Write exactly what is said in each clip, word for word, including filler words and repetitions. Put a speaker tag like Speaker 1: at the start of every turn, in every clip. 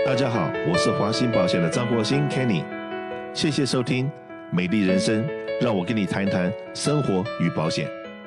Speaker 1: 大家好，我是华兴保险的张国兴 Kenny， 谢谢收听美丽人生，让我跟你谈一谈生活与保险。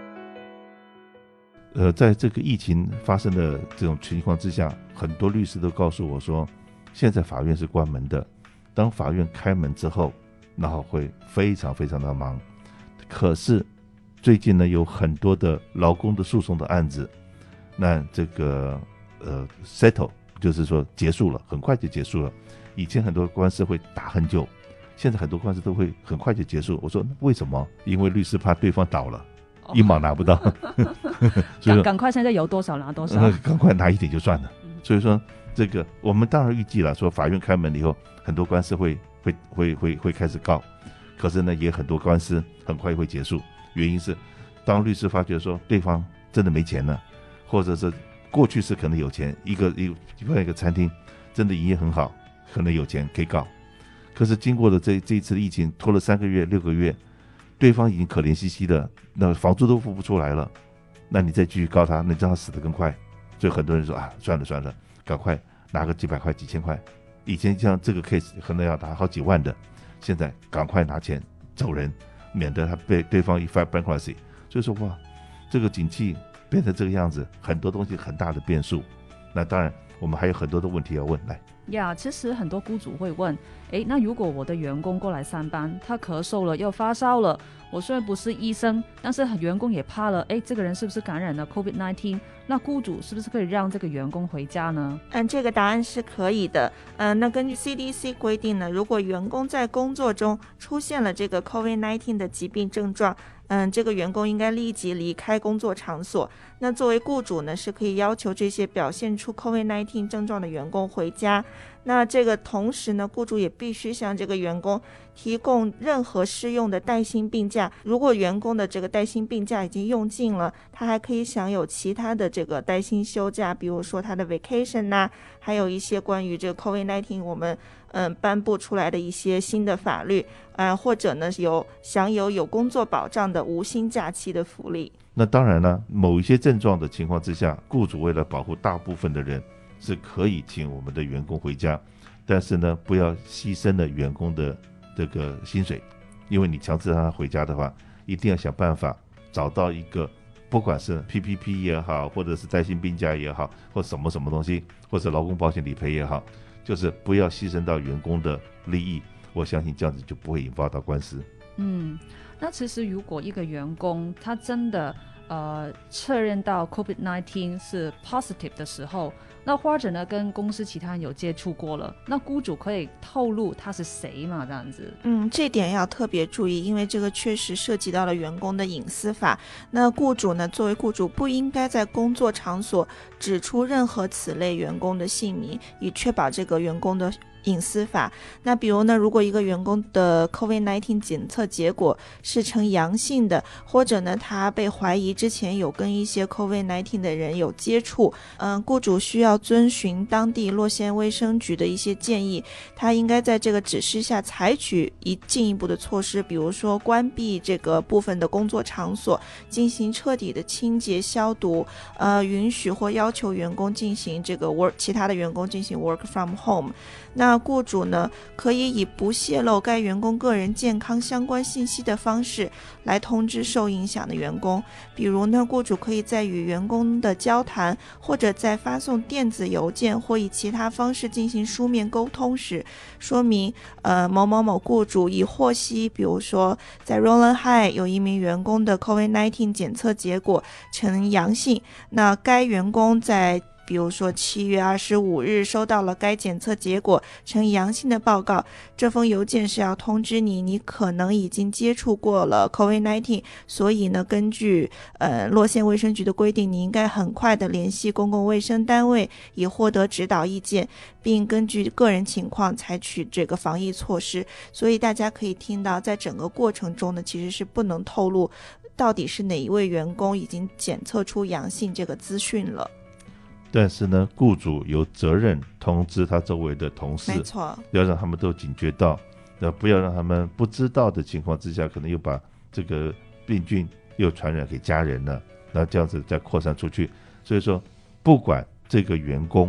Speaker 2: 呃，在这个疫情发生的这种情况之下，很多律师都告诉我说，现在法院是关门的，当法院开门之后，然后会非常非常的忙。可是最近呢，有很多的劳工的诉讼的案子，那这个呃 settle 就是说结束了，很快就结束了。以前很多官司会打很久，现在很多官司都会很快就结束。我说为什么？因为律师怕对方倒了，一毛拿不到，
Speaker 3: 赶赶快现在有多少拿多少，
Speaker 2: 赶快拿一点就算了。所以说这个我们当然预计了，说法院开门以后，很多官司会会会会会开始告，可是呢，也很多官司很快会结束。原因是当律师发觉说对方真的没钱了，或者是过去是可能有钱，一个一个一个餐厅真的营业很好，可能有钱可以告，可是经过了这这一次的疫情，拖了三个月六个月，对方已经可怜兮兮的，那房租都付不出来了，那你再继续告他，那让他死得更快。所以很多人说啊，算了算了，赶快拿个几百块几千块，以前像这个 case 可能要拿好几万的，现在赶快拿钱走人，免得他被对方一 file bankruptcy。 所以说哇，这个景气变成这个样子，很多东西很大的变数。那当然我们还有很多的问题要问。来
Speaker 3: 呀、yeah, 其实很多雇主会问，诶，那如果我的员工过来上班，他咳嗽了又发烧了，我虽然不是医生，但是员工也怕了，诶，这个人是不是感染了 COVID 十九， 那雇主是不是可以让这个员工回家呢？
Speaker 4: 嗯，这个答案是可以的。嗯，那根据 C D C 规定呢，如果员工在工作中出现了这个 COVID 十九 的疾病症状，嗯，这个员工应该立即离开工作场所。那作为雇主呢，是可以要求这些表现出 COVID 十九 症状的员工回家。那这个同时呢，雇主也必须向这个员工提供任何适用的带薪病假。如果员工的这个带薪病假已经用尽了，他还可以享有其他的这个带薪休假，比如说他的 vacation 啊，还有一些关于这个 COVID 十九 我们嗯颁布出来的一些新的法律，呃，或者呢有享有有工作保障的无薪假期的福利。
Speaker 2: 那当然了，某一些症状的情况之下，雇主为了保护大部分的人，是可以请我们的员工回家，但是呢，不要牺牲了员工的这个薪水，因为你强制让他回家的话，一定要想办法找到一个，不管是 P P P 也好，或者是带薪病假也好，或什么什么东西，或者劳工保险理赔也好，就是不要牺牲到员工的利益，我相信这样子就不会引发到官司。
Speaker 3: 嗯，那其实如果一个员工他真的呃确认到 COVID 十九 是 positive 的时候，那或者呢跟公司其他人有接触过了，那雇主可以透露他是谁嘛？这样子。
Speaker 4: 嗯，这点要特别注意，因为这个确实涉及到了员工的隐私法。那雇主呢，作为雇主不应该在工作场所指出任何此类员工的姓名，以确保这个员工的隐私法。那比如呢，如果一个员工的 COVID 十九 检测结果是呈阳性的，或者呢他被怀疑之前有跟一些 COVID 十九 的人有接触，嗯，雇主需要遵循当地洛县卫生局的一些建议，他应该在这个指示下采取一进一步的措施，比如说关闭这个部分的工作场所，进行彻底的清洁消毒，呃，允许或要求员工进行这个 work 其他的员工进行 work from home。那雇主呢，可以以不泄露该员工个人健康相关信息的方式来通知受影响的员工。比如呢，雇主可以在与员工的交谈，或者在发送电子邮件或以其他方式进行书面沟通时，说明呃某某某雇主已获悉，比如说在 Rowland High 有一名员工的 COVID 十九 检测结果呈阳性，那该员工在比如说七月二十五日收到了该检测结果呈阳性的报告，这封邮件是要通知你，你可能已经接触过了 COVID 十九， 所以呢，根据呃洛县卫生局的规定，你应该很快的联系公共卫生单位以获得指导意见，并根据个人情况采取这个防疫措施。所以大家可以听到，在整个过程中呢，其实是不能透露到底是哪一位员工已经检测出阳性这个资讯了。
Speaker 2: 但是呢，雇主有责任通知他周围的同事，
Speaker 4: 没错，
Speaker 2: 要让他们都警觉到，那不要让他们不知道的情况之下，可能又把这个病菌又传染给家人了，那这样子再扩散出去。所以说，不管这个员工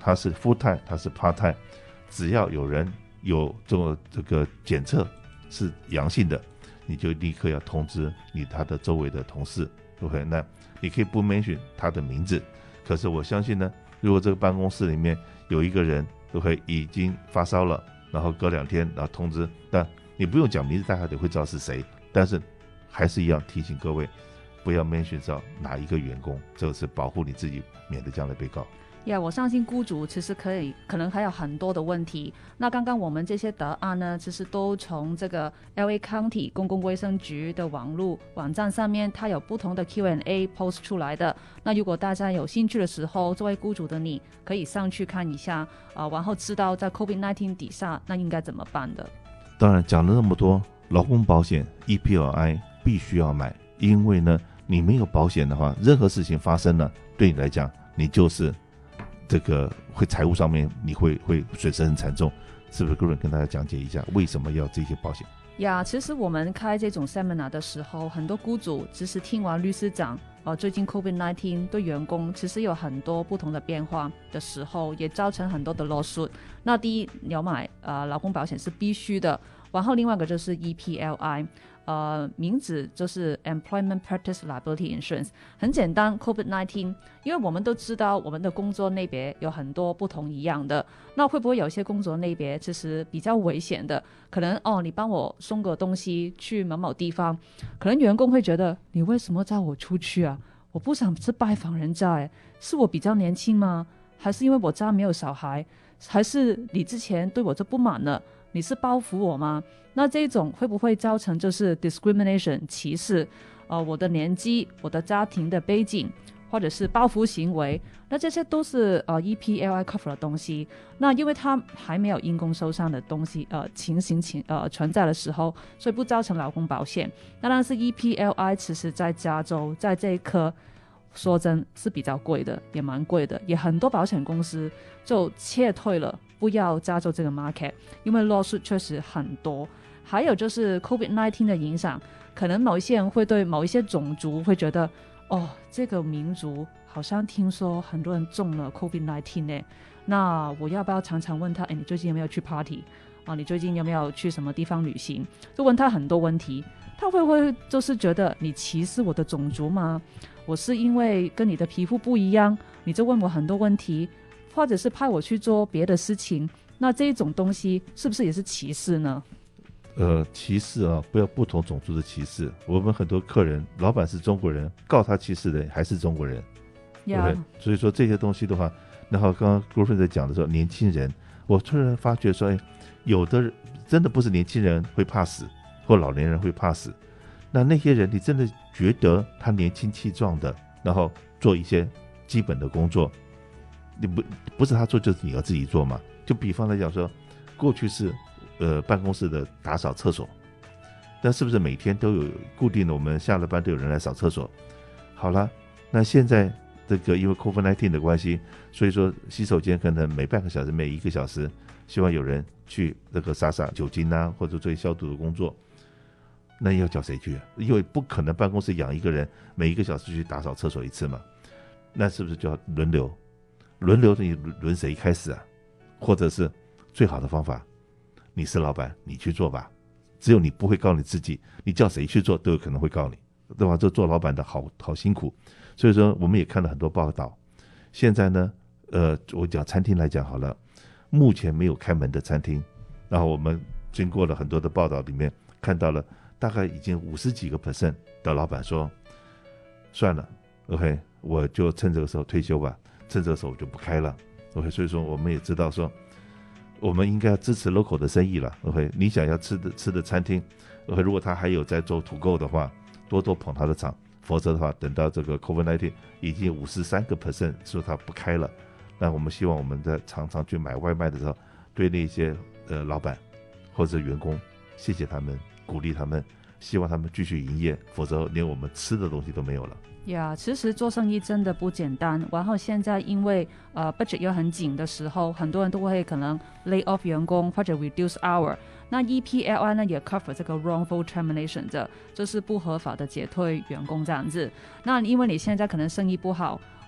Speaker 2: 他是 full time， 他是 part time， 只要有人有这个这个检测是阳性的，你就立刻要通知你他的周围的同事 OK， 那你可以不 mention 他的名字，可是我相信呢，如果这个办公室里面有一个人 OK 已经发烧了，然后隔两天然后通知，但你不用讲名字，大家也会知道是谁，但是还是一样提醒各位不要 mention 到哪一个员工，这个是保护你自己，免得将来被告。
Speaker 3: 呀、yeah, 我相信雇主其实可以可能还有很多的问题，那刚刚我们这些答案呢，其实都从这个 L A County 公共卫生局的网络网站上面，它有不同的 Q and A post 出来的。那如果大家有兴趣的时候，作为雇主的你可以上去看一下、呃、然后知道在 COVID 十九 底下那应该怎么办的。
Speaker 2: 当然讲了那么多，劳工保险 E P L I 必须要买，因为呢你没有保险的话，任何事情发生了，对你来讲你就是这个会财务上面你会会损失很惨重，是不是？各位跟大家讲解一下为什么要这些保险
Speaker 3: 呀、yeah, 其实我们开这种 seminar 的时候，很多雇主其实听完律师讲呃，最近 COVID 十九 对员工其实有很多不同的变化的时候，也造成很多的 lawsuit。 那第一，你要买呃劳工保险是必须的，然后另外一个就是 E P L I，呃，名字就是 Employment Practice Liability Insurance， 很简单 COVID 十九， 因为我们都知道我们的工作类别有很多不同一样的，那会不会有些工作类别其实比较危险的，可能哦，你帮我送个东西去某某地方，可能员工会觉得你为什么叫我出去啊，我不想去拜访人家，诶，是我比较年轻吗？还是因为我家没有小孩？还是你之前对我就不满了？你是报复我吗？那这种会不会造成就是 discrimination 歧视？呃，我的年纪、我的家庭的背景，或者是报复行为，那这些都是呃 E P L I cover 的东西。那因为它还没有因公受伤的东西呃情形情呃存在的时候，所以不造成劳工保险。那但是 E P L I 其实在加州在这一科说真是比较贵的，也蛮贵的，也很多保险公司就撤退了，不要加州这个 market， 因为 lawsuit 确实很多。还有就是 COVID 十九 的影响，可能某一些人会对某一些种族会觉得，哦，这个民族好像听说很多人中了 COVID 十九 呢，那我要不要常常问他，哎，你最近有没有去 party 啊？你最近有没有去什么地方旅行？就问他很多问题，他会不会就是觉得你歧视我的种族吗？我是因为跟你的皮肤不一样，你就问我很多问题，或者是派我去做别的事情，那这一种东西是不是也是歧视呢？
Speaker 2: 呃，歧视啊，不要不同种族的歧视。我们很多客人，老板是中国人，告他歧视的还是中国人，
Speaker 3: yeah.
Speaker 2: 对不对？所以说这些东西的话，然后刚刚 Griffin 在讲的时候，年轻人，我突然发觉说，哎，有的人真的不是年轻人会怕死，或老年人会怕死，那那些人你真的觉得他年轻气壮的，然后做一些基本的工作，你不不是他做就是你要自己做嘛？就比方来讲说，过去是呃办公室的打扫厕所，但是不是每天都有固定的，我们下了班都有人来扫厕所？好了，那现在这个因为 COVID 十九 的关系，所以说洗手间可能每半个小时、每一个小时，希望有人去那个洒洒酒精啊，或者做消毒的工作。那要叫谁去？因为不可能办公室养一个人每一个小时去打扫厕所一次嘛，那是不是就要轮流？轮流你轮谁开始啊？或者是最好的方法，你是老板，你去做吧。只有你不会告你自己，你叫谁去做都有可能会告你，对吧？这做老板的好好辛苦。所以说我们也看了很多报道。现在呢，呃，我讲餐厅来讲好了，目前没有开门的餐厅，然后我们经过了很多的报道里面看到了，大概已经五十几个 percent 的老板说，算了 ，OK， 我就趁这个时候退休吧，趁这个时候我就不开了 ，OK。所以说我们也知道说，我们应该要支持 local 的生意了 ，OK。你想要吃的吃的餐厅 ，OK， 如果他还有在做to go的话，多多捧他的场，否则的话，等到这个 COVID 十九 已经五十三个 percent 说他不开了，那我们希望我们在常常去买外卖的时候，对那些呃老板或者员工，谢谢他们。鼓励他们，希望他们继续营业，否则连我们吃的东西都没有了。
Speaker 3: 呀、yeah, 其实做生意真的不简单，然后现在因为呃 budget 又很紧的时候，很多人都会可能 lay off 员工或者 reduce hour。那 E P L I 呢也 cover 这个 wrongful termination 的，就是不合法的解退员工这样子。那因为你现在可能生意不好，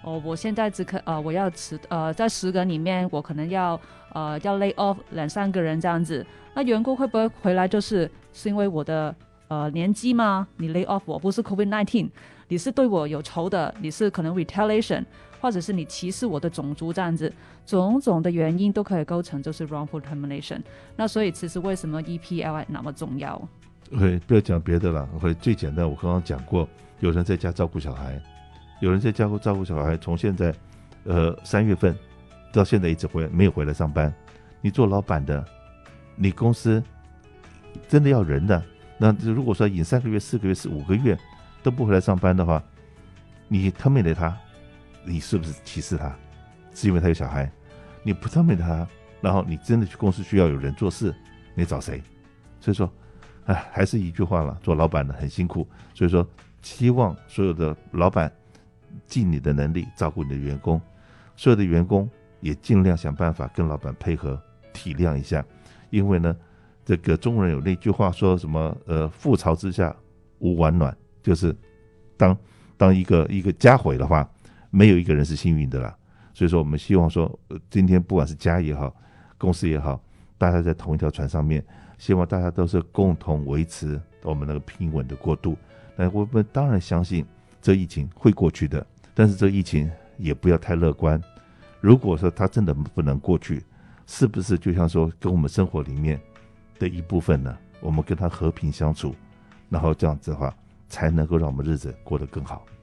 Speaker 3: 哦，我现在只可呃我要辞呃在十个人里面我可能要呃要 lay off 两三个人这样子，那员工会不会回来就是是因为我的呃年纪吗？你 lay off 我不是 COVID 十九， 你是对我有仇的，你是可能 retaliation， 或者是你歧视我的种族这样子，种种的原因都可以构成就是 wrongful termination。 那所以其实为什么 E P L I 那么重要？
Speaker 2: 会不要讲别的了，会最简单，我刚刚讲过，有人在家照顾小孩，有人在家照顾小孩，从现在呃三月份到现在一直回没有回来上班。你做老板的，你公司真的要人的，那如果说引三个月、四个月、是五个月都不回来上班的话，你terminate他，你是不是歧视他？是因为他有小孩？你不terminate他，然后你真的去公司需要有人做事，你找谁？所以说，哎，还是一句话了，做老板的很辛苦。所以说，希望所有的老板尽你的能力照顾你的员工，所有的员工也尽量想办法跟老板配合，体谅一下。因为呢，这个中国人有那句话说什么？呃，覆巢之下无完卵，就是当当一个一个家毁的话，没有一个人是幸运的啦。所以说，我们希望说，呃、今天不管是家也好，公司也好，大家在同一条船上面，希望大家都是共同维持我们那个平稳的过渡。那我们当然相信这疫情会过去的，但是这疫情也不要太乐观。如果说它真的不能过去，是不是就像说跟我们生活里面的一部分呢？我们跟它和平相处，然后这样子的话，才能够让我们日子过得更好。